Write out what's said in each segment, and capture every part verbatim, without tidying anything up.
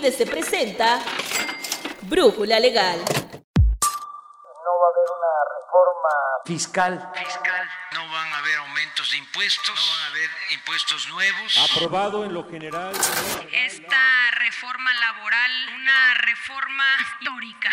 I D E S E presenta Brújula Legal. No va a haber una reforma fiscal. Fiscal. No van a haber aumentos de impuestos. No van a haber impuestos nuevos. Aprobado en lo general. Esta reforma laboral, una reforma histórica.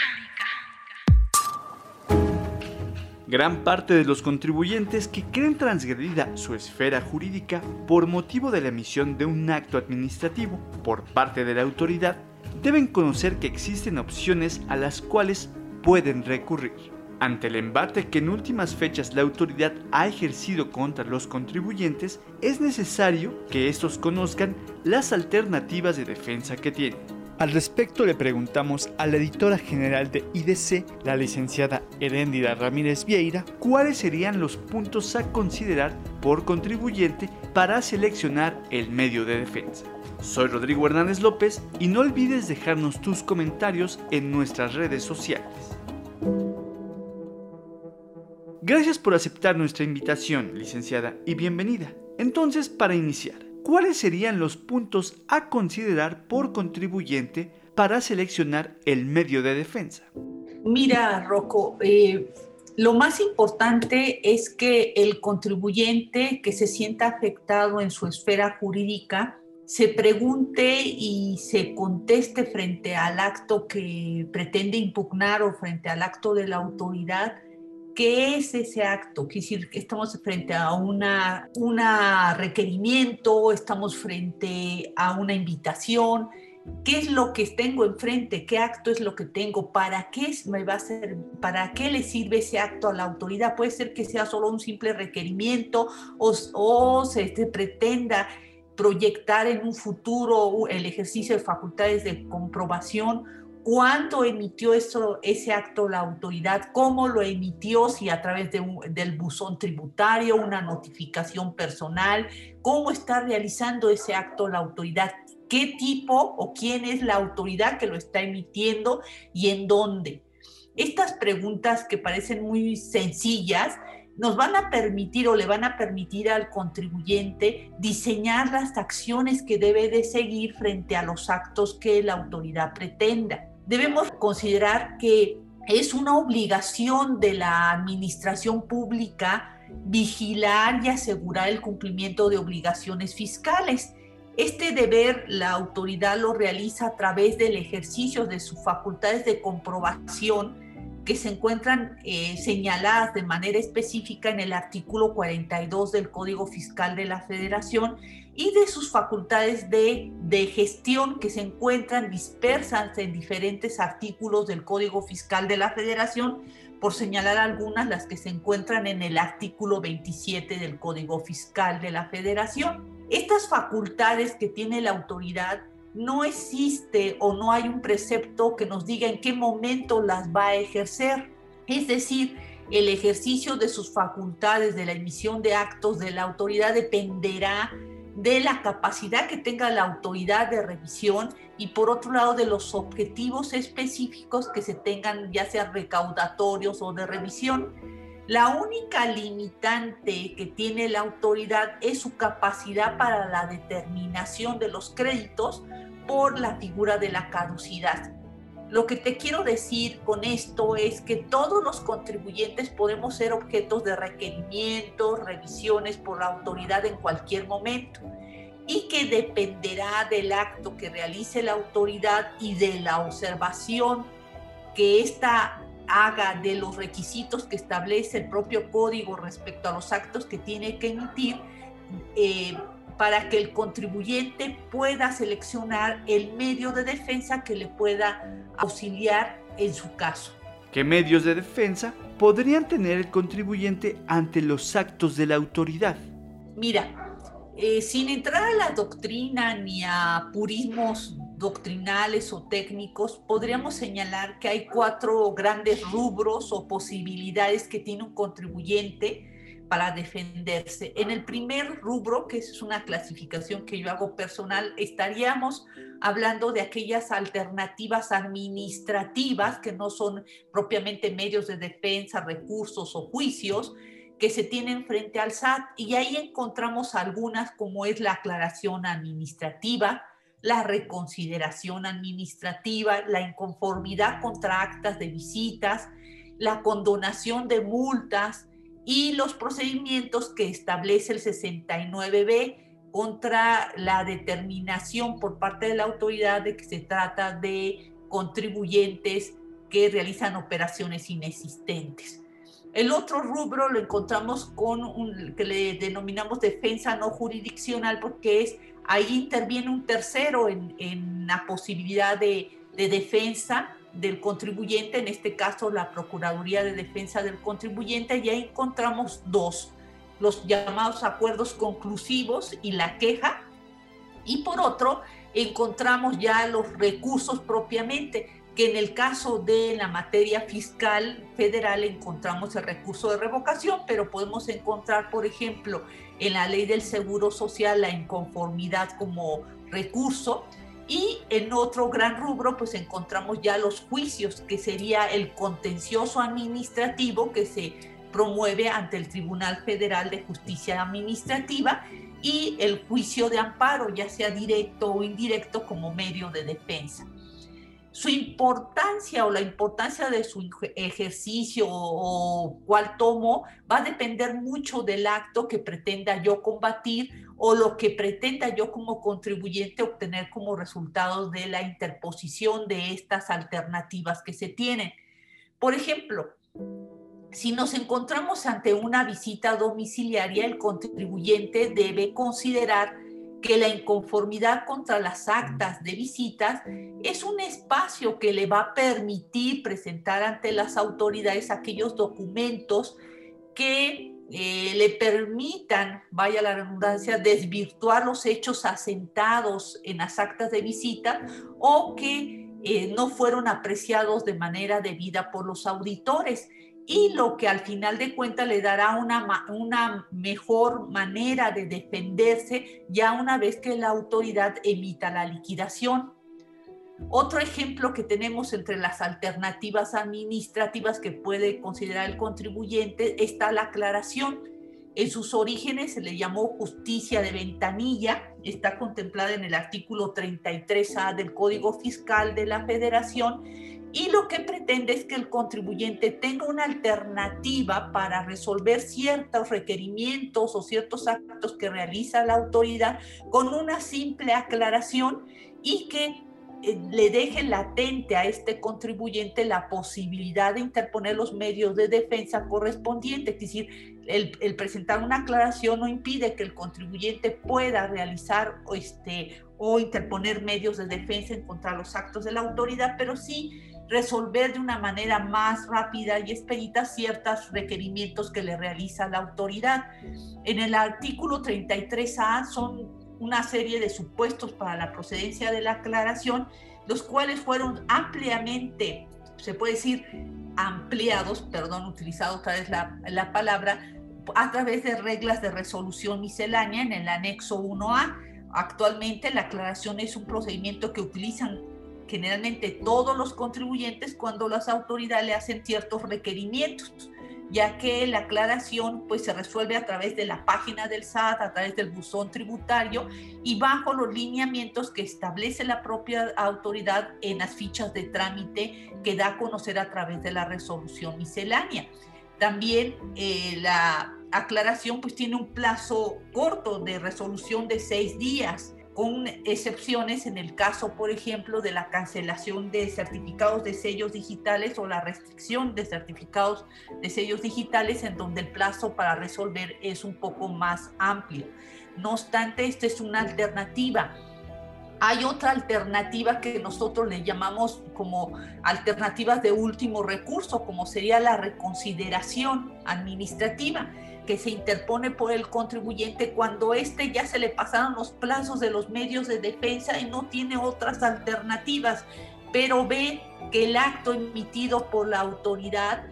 Gran parte de los contribuyentes que creen transgredida su esfera jurídica por motivo de la emisión de un acto administrativo por parte de la autoridad deben conocer que existen opciones a las cuales pueden recurrir. Ante el embate que en últimas fechas la autoridad ha ejercido contra los contribuyentes, es necesario que estos conozcan las alternativas de defensa que tienen. Al respecto le preguntamos a la editora general de I D E S E, la licenciada Heréndira Ramírez Vieira, cuáles serían los puntos a considerar por contribuyente para seleccionar el medio de defensa. Soy Rodrigo Hernández López y no olvides dejarnos tus comentarios en nuestras redes sociales. Gracias por aceptar nuestra invitación, licenciada, y bienvenida. Entonces, para iniciar, ¿cuáles serían los puntos a considerar por contribuyente para seleccionar el medio de defensa? Mira, Rocco, eh, lo más importante es que el contribuyente que se sienta afectado en su esfera jurídica se pregunte y se conteste frente al acto que pretende impugnar o frente al acto de la autoridad. ¿Qué es ese acto? Quiere decir que estamos frente a una, una requerimiento, estamos frente a una invitación. ¿Qué es lo que tengo enfrente? ¿Qué acto es lo que tengo? ¿Para qué me va a ser, para qué le sirve ese acto a la autoridad? Puede ser que sea solo un simple requerimiento o, o se, se pretenda proyectar en un futuro el ejercicio de facultades de comprobación. ¿Cuándo emitió eso, ese acto la autoridad? ¿Cómo lo emitió? Si a través de un, del buzón tributario, una notificación personal. ¿Cómo está realizando ese acto la autoridad? ¿Qué tipo o quién es la autoridad que lo está emitiendo y en dónde? Estas preguntas que parecen muy sencillas nos van a permitir o le van a permitir al contribuyente diseñar las acciones que debe de seguir frente a los actos que la autoridad pretenda. Debemos considerar que es una obligación de la administración pública vigilar y asegurar el cumplimiento de obligaciones fiscales. Este deber la autoridad lo realiza a través del ejercicio de sus facultades de comprobación que se encuentran eh, señaladas de manera específica en el artículo cuarenta y dos del Código Fiscal de la Federación y de sus facultades de, de gestión que se encuentran dispersas en diferentes artículos del Código Fiscal de la Federación, por señalar algunas, las que se encuentran en el artículo veintisiete del Código Fiscal de la Federación. Estas facultades que tiene la autoridad no existe o no hay un precepto que nos diga en qué momento las va a ejercer. Es decir, el ejercicio de sus facultades de la emisión de actos de la autoridad dependerá de la capacidad que tenga la autoridad de revisión y por otro lado de los objetivos específicos que se tengan, ya sean recaudatorios o de revisión. La única limitante que tiene la autoridad es su capacidad para la determinación de los créditos por la figura de la caducidad. Lo que te quiero decir con esto es que todos los contribuyentes podemos ser objetos de requerimientos, revisiones por la autoridad en cualquier momento y que dependerá del acto que realice la autoridad y de la observación que ésta haga de los requisitos que establece el propio código respecto a los actos que tiene que emitir eh, para que el contribuyente pueda seleccionar el medio de defensa que le pueda auxiliar en su caso. ¿Qué medios de defensa podrían tener el contribuyente ante los actos de la autoridad? Mira, eh, sin entrar a la doctrina ni a purismos doctrinales o técnicos, podríamos señalar que hay cuatro grandes rubros o posibilidades que tiene un contribuyente para defenderse. En el primer rubro, que es una clasificación que yo hago personal, estaríamos hablando de aquellas alternativas administrativas que no son propiamente medios de defensa, recursos o juicios que se tienen frente al S A T, y ahí encontramos algunas como es la aclaración administrativa, la reconsideración administrativa, la inconformidad contra actas de visitas, la condonación de multas y los procedimientos que establece el sesenta y nueve B contra la determinación por parte de la autoridad de que se trata de contribuyentes que realizan operaciones inexistentes. El otro rubro lo encontramos con un que le denominamos defensa no jurisdiccional, porque es ahí interviene un tercero en, en la posibilidad de, de defensa del contribuyente, en este caso la Procuraduría de Defensa del Contribuyente, y ahí encontramos dos, los llamados acuerdos conclusivos y la queja, y por otro encontramos ya los recursos propiamente, que en el caso de la materia fiscal federal encontramos el recurso de revocación, pero podemos encontrar, por ejemplo, en la ley del Seguro Social la inconformidad como recurso, y en otro gran rubro pues encontramos ya los juicios, que sería el contencioso administrativo que se promueve ante el Tribunal Federal de Justicia Administrativa, y el juicio de amparo, ya sea directo o indirecto, como medio de defensa. Su importancia o la importancia de su ejercicio o cuál tomo va a depender mucho del acto que pretenda yo combatir o lo que pretenda yo como contribuyente obtener como resultado de la interposición de estas alternativas que se tienen. Por ejemplo, si nos encontramos ante una visita domiciliaria, el contribuyente debe considerar que la inconformidad contra las actas de visitas es un espacio que le va a permitir presentar ante las autoridades aquellos documentos que eh, le permitan, vaya la redundancia, desvirtuar los hechos asentados en las actas de visita o que eh, no fueron apreciados de manera debida por los auditores, y lo que al final de cuentas le dará una, una mejor manera de defenderse ya una vez que la autoridad emita la liquidación. Otro ejemplo que tenemos entre las alternativas administrativas que puede considerar el contribuyente está la aclaración. En sus orígenes se le llamó justicia de ventanilla, está contemplada en el artículo treinta y tres A del Código Fiscal de la Federación, y lo que pretende es que el contribuyente tenga una alternativa para resolver ciertos requerimientos o ciertos actos que realiza la autoridad con una simple aclaración, y que le deje latente a este contribuyente la posibilidad de interponer los medios de defensa correspondientes. Es decir, el, el presentar una aclaración no impide que el contribuyente pueda realizar este, o interponer medios de defensa en contra de los actos de la autoridad, pero sí resolver de una manera más rápida y expedita ciertos requerimientos que le realiza la autoridad. En el artículo treinta y tres A son una serie de supuestos para la procedencia de la aclaración, los cuales fueron ampliamente, se puede decir, ampliados, perdón, utilizado otra vez la, la palabra, a través de reglas de resolución miscelánea en el anexo uno A. Actualmente la aclaración es un procedimiento que utilizan generalmente todos los contribuyentes cuando las autoridades le hacen ciertos requerimientos, ya que la aclaración pues se resuelve a través de la página del S A T, a través del buzón tributario y bajo los lineamientos que establece la propia autoridad en las fichas de trámite que da a conocer a través de la resolución miscelánea. También eh, la aclaración pues tiene un plazo corto de resolución de seis días, con excepciones en el caso, por ejemplo, de la cancelación de certificados de sellos digitales o la restricción de certificados de sellos digitales, en donde el plazo para resolver es un poco más amplio. No obstante, esta es una alternativa. Hay otra alternativa que nosotros le llamamos como alternativas de último recurso, como sería la reconsideración administrativa, que se interpone por el contribuyente cuando éste ya se le pasaron los plazos de los medios de defensa y no tiene otras alternativas, pero ve que el acto emitido por la autoridad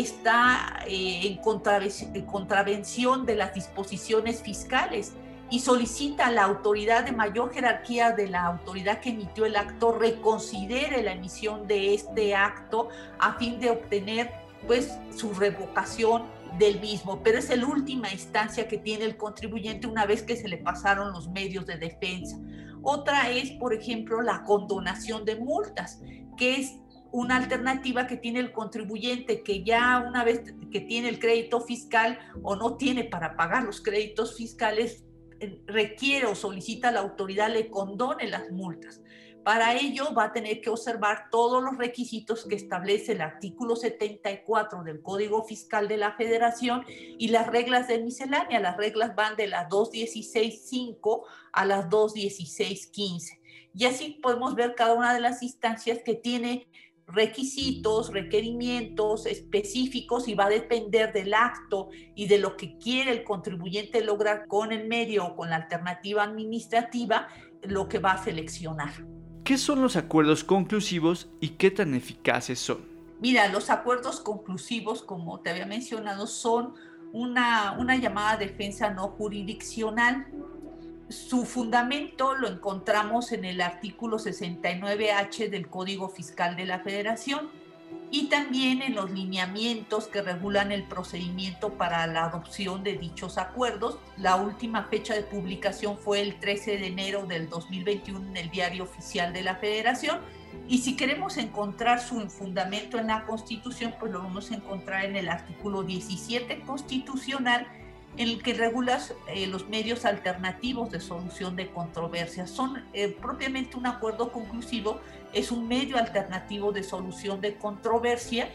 está eh, en, contraven- en contravención de las disposiciones fiscales y solicita a la autoridad de mayor jerarquía de la autoridad que emitió el acto reconsidere la emisión de este acto a fin de obtener pues su revocación del mismo, pero es la última instancia que tiene el contribuyente una vez que se le pasaron los medios de defensa. Otra es, por ejemplo, la condonación de multas, que es una alternativa que tiene el contribuyente que ya una vez que tiene el crédito fiscal o no tiene para pagar los créditos fiscales, requiere o solicita a la autoridad le condone las multas. Para ello va a tener que observar todos los requisitos que establece el artículo setenta y cuatro del Código Fiscal de la Federación y las reglas de miscelánea. Las reglas van de las dos dieciséis punto cinco a las dos dieciséis punto quince. Y así podemos ver cada una de las instancias que tiene requisitos, requerimientos específicos, y va a depender del acto y de lo que quiere el contribuyente lograr con el medio o con la alternativa administrativa, lo que va a seleccionar. ¿Qué son los acuerdos conclusivos y qué tan eficaces son? Mira, los acuerdos conclusivos, como te había mencionado, son una, una llamada defensa no jurisdiccional. Su fundamento lo encontramos en el artículo sesenta y nueve H del Código Fiscal de la Federación y también en los lineamientos que regulan el procedimiento para la adopción de dichos acuerdos. La última fecha de publicación fue el trece de enero del dos mil veintiuno en el Diario Oficial de la Federación. Y si queremos encontrar su fundamento en la Constitución, pues lo vamos a encontrar en el artículo diecisiete constitucional, en el que regula eh, los medios alternativos de solución de controversias. Son eh, propiamente un acuerdo conclusivo, es un medio alternativo de solución de controversia,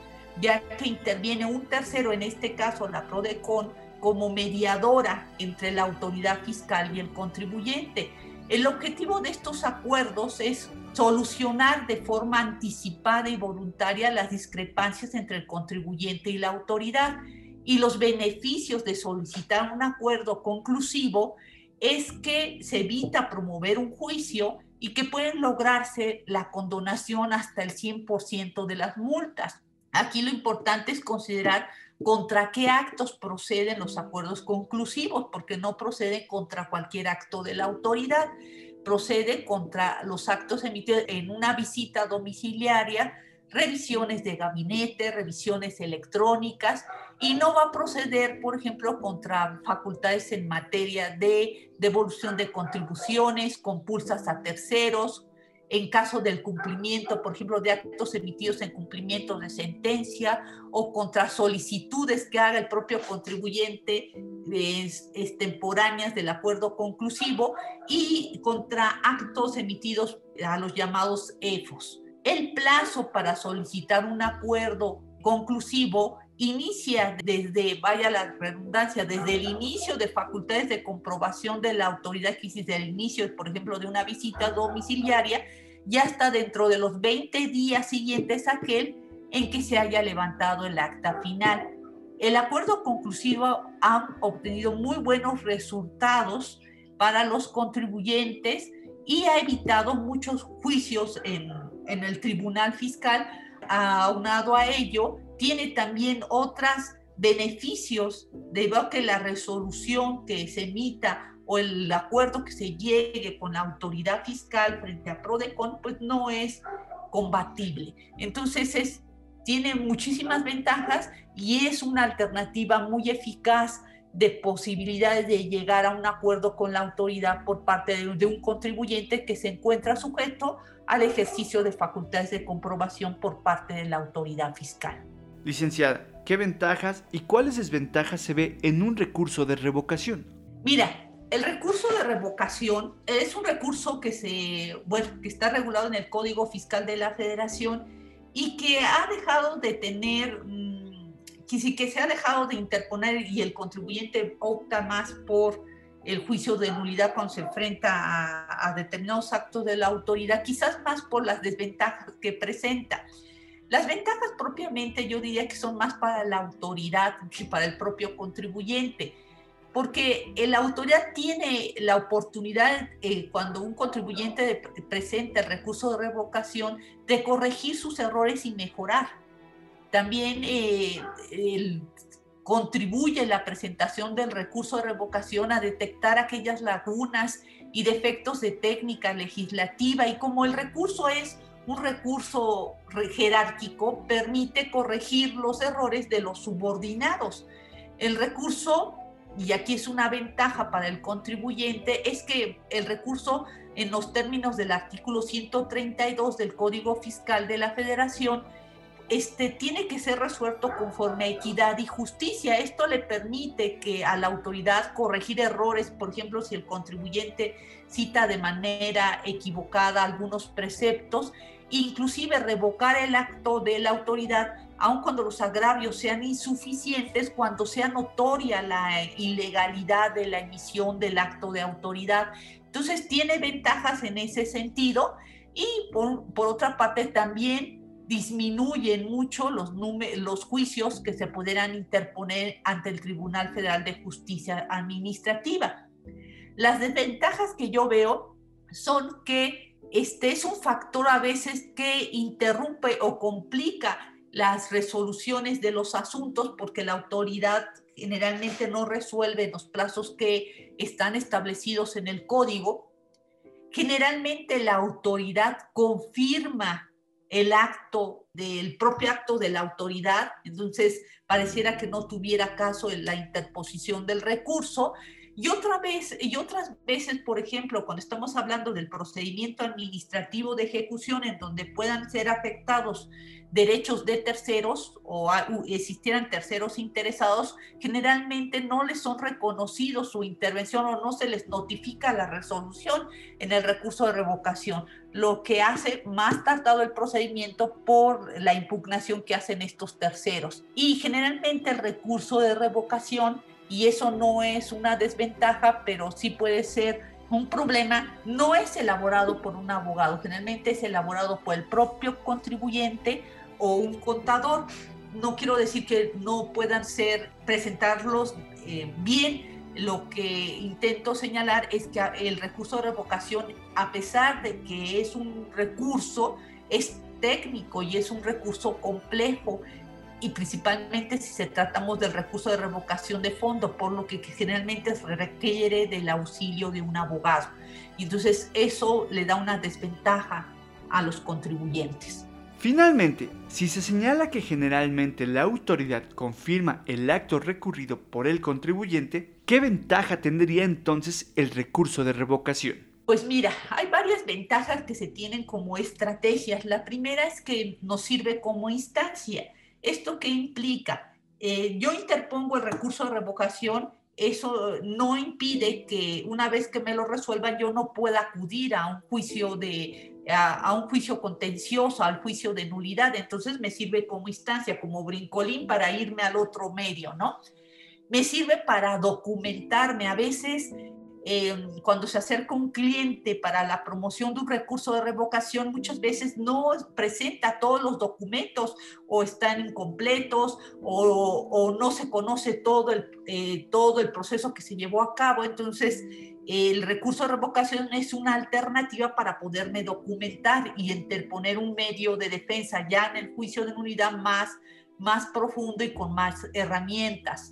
ya que interviene un tercero, en este caso la PRODECON, como mediadora entre la autoridad fiscal y el contribuyente. El objetivo de estos acuerdos es solucionar de forma anticipada y voluntaria las discrepancias entre el contribuyente y la autoridad. Y los beneficios de solicitar un acuerdo conclusivo es que se evita promover un juicio y que pueden lograrse la condonación hasta el cien por ciento de las multas. Aquí lo importante es considerar contra qué actos proceden los acuerdos conclusivos, porque no proceden contra cualquier acto de la autoridad, procede contra los actos emitidos en una visita domiciliaria, revisiones de gabinete, revisiones electrónicas, y no va a proceder, por ejemplo, contra facultades en materia de devolución de contribuciones, compulsas a terceros, en caso del cumplimiento, por ejemplo, de actos emitidos en cumplimiento de sentencia, o contra solicitudes que haga el propio contribuyente es, extemporáneas del acuerdo conclusivo, y contra actos emitidos a los llamados E F Os. El plazo para solicitar un acuerdo conclusivo inicia desde, vaya la redundancia, desde el inicio de facultades de comprobación de la autoridad, que desde el inicio, por ejemplo, de una visita domiciliaria, ya hasta dentro de los veinte días siguientes a aquel en que se haya levantado el acta final. El acuerdo conclusivo ha obtenido muy buenos resultados para los contribuyentes y ha evitado muchos juicios en, en el Tribunal Fiscal. Aunado a ello, tiene también otros beneficios debido a que la resolución que se emita o el acuerdo que se llegue con la autoridad fiscal frente a PRODECON, pues no es combatible. Entonces es, tiene muchísimas ventajas y es una alternativa muy eficaz de posibilidades de llegar a un acuerdo con la autoridad por parte de, de un contribuyente que se encuentra sujeto al ejercicio de facultades de comprobación por parte de la autoridad fiscal. Licenciada, ¿qué ventajas y cuáles desventajas se ve en un recurso de revocación? Mira, el recurso de revocación es un recurso que, se, bueno, que está regulado en el Código Fiscal de la Federación y que ha dejado de tener, que sí que se ha dejado de interponer, y el contribuyente opta más por el juicio de nulidad cuando se enfrenta a, a determinados actos de la autoridad, quizás más por las desventajas que presenta. Las ventajas propiamente yo diría que son más para la autoridad que para el propio contribuyente, porque la autoridad tiene la oportunidad, eh, cuando un contribuyente presenta el recurso de revocación, de corregir sus errores y mejorar. También eh, el, contribuye la presentación del recurso de revocación a detectar aquellas lagunas y defectos de técnica legislativa, y como el recurso es un recurso jerárquico, permite corregir los errores de los subordinados. El recurso y aquí es una ventaja para el contribuyente, es que el recurso, en los términos del artículo ciento treinta y dos del Código Fiscal de la Federación, este, tiene que ser resuelto conforme a equidad y justicia. Esto le permite que a la autoridad corregir errores, por ejemplo, si el contribuyente cita de manera equivocada algunos preceptos, inclusive revocar el acto de la autoridad, aun cuando los agravios sean insuficientes, cuando sea notoria la ilegalidad de la emisión del acto de autoridad. Entonces tiene ventajas en ese sentido, y por, por otra parte también disminuyen mucho los, los juicios que se pudieran interponer ante el Tribunal Federal de Justicia Administrativa. Las desventajas que yo veo son que este es un factor a veces que interrumpe o complica las resoluciones de los asuntos, porque la autoridad generalmente no resuelve en los plazos que están establecidos en el código. Generalmente la autoridad confirma el acto del propio acto de la autoridad, entonces pareciera que no tuviera caso en la interposición del recurso. Y otra vez, y otras veces, por ejemplo, cuando estamos hablando del procedimiento administrativo de ejecución, en donde puedan ser afectados derechos de terceros o existieran terceros interesados, generalmente no les son reconocidos su intervención o no se les notifica la resolución en el recurso de revocación, lo que hace más tardado el procedimiento por la impugnación que hacen estos terceros. Y generalmente el recurso de revocación, y eso no es una desventaja, pero sí puede ser un problema, no es elaborado por un abogado, generalmente es elaborado por el propio contribuyente o un contador. No quiero decir que no puedan ser, presentarlos eh, bien. Lo que intento señalar es que el recurso de revocación, a pesar de que es un recurso, es técnico y es un recurso complejo, y principalmente si se tratamos del recurso de revocación de fondo, por lo que generalmente requiere del auxilio de un abogado. Y entonces eso le da una desventaja a los contribuyentes. Finalmente, si se señala que generalmente la autoridad confirma el acto recurrido por el contribuyente, ¿qué ventaja tendría entonces el recurso de revocación? Pues mira, hay varias ventajas que se tienen como estrategias. La primera es que nos sirve como instancia. ¿Esto qué implica? Eh, yo interpongo el recurso de revocación, eso no impide que una vez que me lo resuelvan yo no pueda acudir a un juicio de, a, a un juicio contencioso, al juicio de nulidad. Entonces me sirve como instancia, como brincolín para irme al otro medio, ¿no? Me sirve para documentarme. A veces Eh, cuando se acerca un cliente para la promoción de un recurso de revocación, muchas veces no presenta todos los documentos o están incompletos o, o no se conoce todo el, eh, todo el proceso que se llevó a cabo. Entonces, el recurso de revocación es una alternativa para poderme documentar y interponer un medio de defensa ya en el juicio de nulidad más, más profundo y con más herramientas.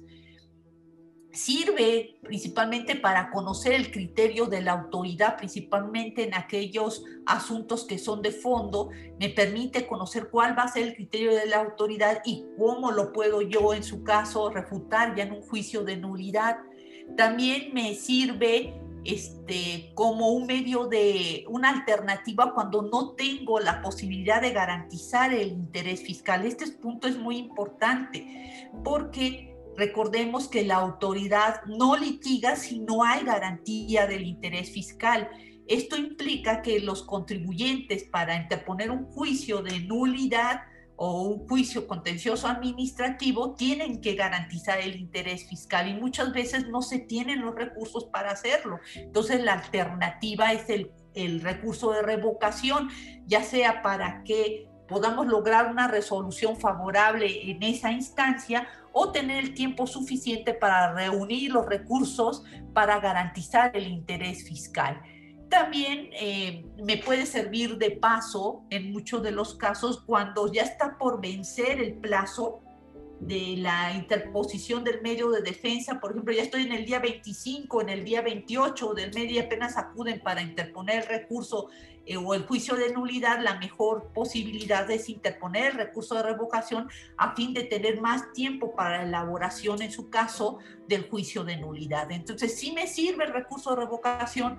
Sirve principalmente para conocer el criterio de la autoridad, principalmente en aquellos asuntos que son de fondo. Me permite conocer cuál va a ser el criterio de la autoridad y cómo lo puedo yo, en su caso, refutar ya en un juicio de nulidad. También me sirve este, como un medio de una alternativa cuando no tengo la posibilidad de garantizar el interés fiscal. Este punto es muy importante porque recordemos que la autoridad no litiga si no hay garantía del interés fiscal. Esto implica que los contribuyentes, para interponer un juicio de nulidad o un juicio contencioso administrativo, tienen que garantizar el interés fiscal y muchas veces no se tienen los recursos para hacerlo. Entonces la alternativa es el, el recurso de revocación, ya sea para que podamos lograr una resolución favorable en esa instancia o tener el tiempo suficiente para reunir los recursos para garantizar el interés fiscal. También eh, me puede servir de paso en muchos de los casos cuando ya está por vencer el plazo de la interposición del medio de defensa. Por ejemplo, ya estoy en el día veinticinco, en el día veintiocho del medio y apenas acuden para interponer el recurso eh, o el juicio de nulidad, la mejor posibilidad es interponer el recurso de revocación a fin de tener más tiempo para la elaboración, en su caso, del juicio de nulidad. Entonces, sí me sirve el recurso de revocación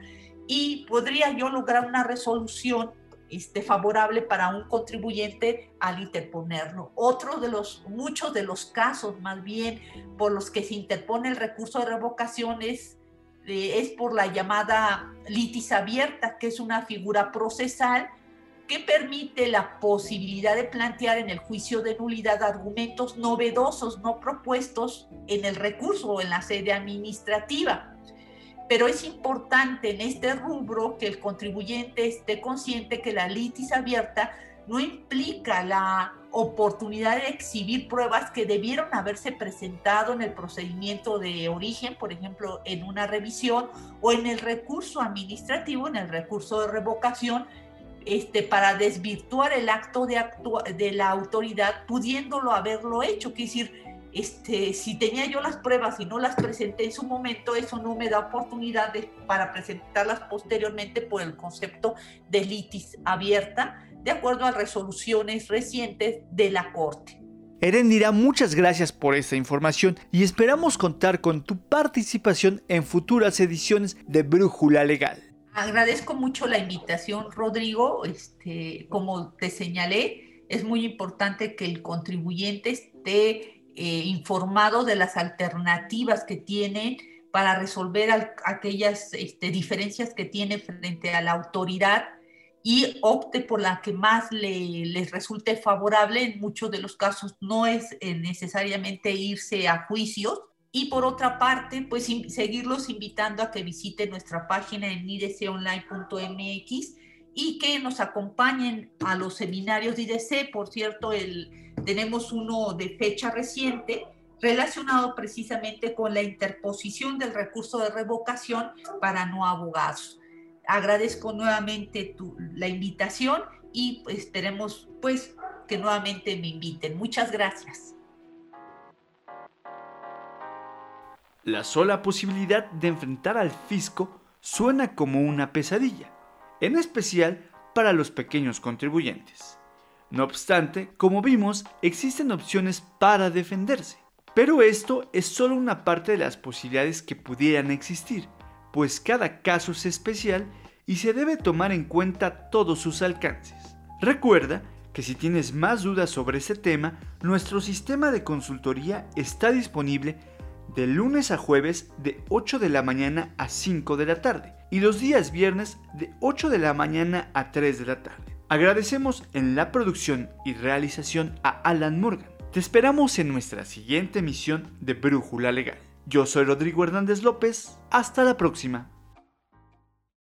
y podría yo lograr una resolución Este, favorable para un contribuyente al interponerlo. Otro de los, muchos de los casos más bien por los que se interpone el recurso de revocación es, eh, es por la llamada litis abierta, que es una figura procesal que permite la posibilidad de plantear en el juicio de nulidad argumentos novedosos no propuestos en el recurso o en la sede administrativa. Pero es importante en este rubro que el contribuyente esté consciente que la litis abierta no implica la oportunidad de exhibir pruebas que debieron haberse presentado en el procedimiento de origen, por ejemplo, en una revisión o en el recurso administrativo, en el recurso de revocación, este, para desvirtuar el acto de, actua- de la autoridad, pudiéndolo haberlo hecho. Quiere decir, Este, si tenía yo las pruebas y no las presenté en su momento, eso no me da oportunidad de, para presentarlas posteriormente por el concepto de litis abierta, de acuerdo a resoluciones recientes de la Corte. Erendira, muchas gracias por esta información y esperamos contar con tu participación en futuras ediciones de Brújula Legal. Agradezco mucho la invitación, Rodrigo. Este, como te señalé, es muy importante que el contribuyente esté Eh, informado de las alternativas que tienen para resolver al, aquellas este, diferencias que tiene frente a la autoridad y opte por la que más le, les resulte favorable. En muchos de los casos no es eh, necesariamente irse a juicios. Y por otra parte, pues in, seguirlos invitando a que visiten nuestra página en i d c online punto m x y que nos acompañen a los seminarios de I D C. Por cierto, el tenemos uno de fecha reciente relacionado precisamente con la interposición del recurso de revocación para no abogados. Agradezco nuevamente tu, la invitación y esperemos pues que nuevamente me inviten. Muchas gracias. La sola posibilidad de enfrentar al fisco suena como una pesadilla, en especial para los pequeños contribuyentes. No obstante, como vimos, existen opciones para defenderse. Pero esto es solo una parte de las posibilidades que pudieran existir, pues cada caso es especial y se debe tomar en cuenta todos sus alcances. Recuerda que si tienes más dudas sobre este tema, nuestro sistema de consultoría está disponible de lunes a jueves de ocho de la mañana a cinco de la tarde y los días viernes de ocho de la mañana a tres de la tarde. Agradecemos en la producción y realización a Alan Morgan. Te esperamos en nuestra siguiente emisión de Brújula Legal. Yo soy Rodrigo Hernández López. Hasta la próxima.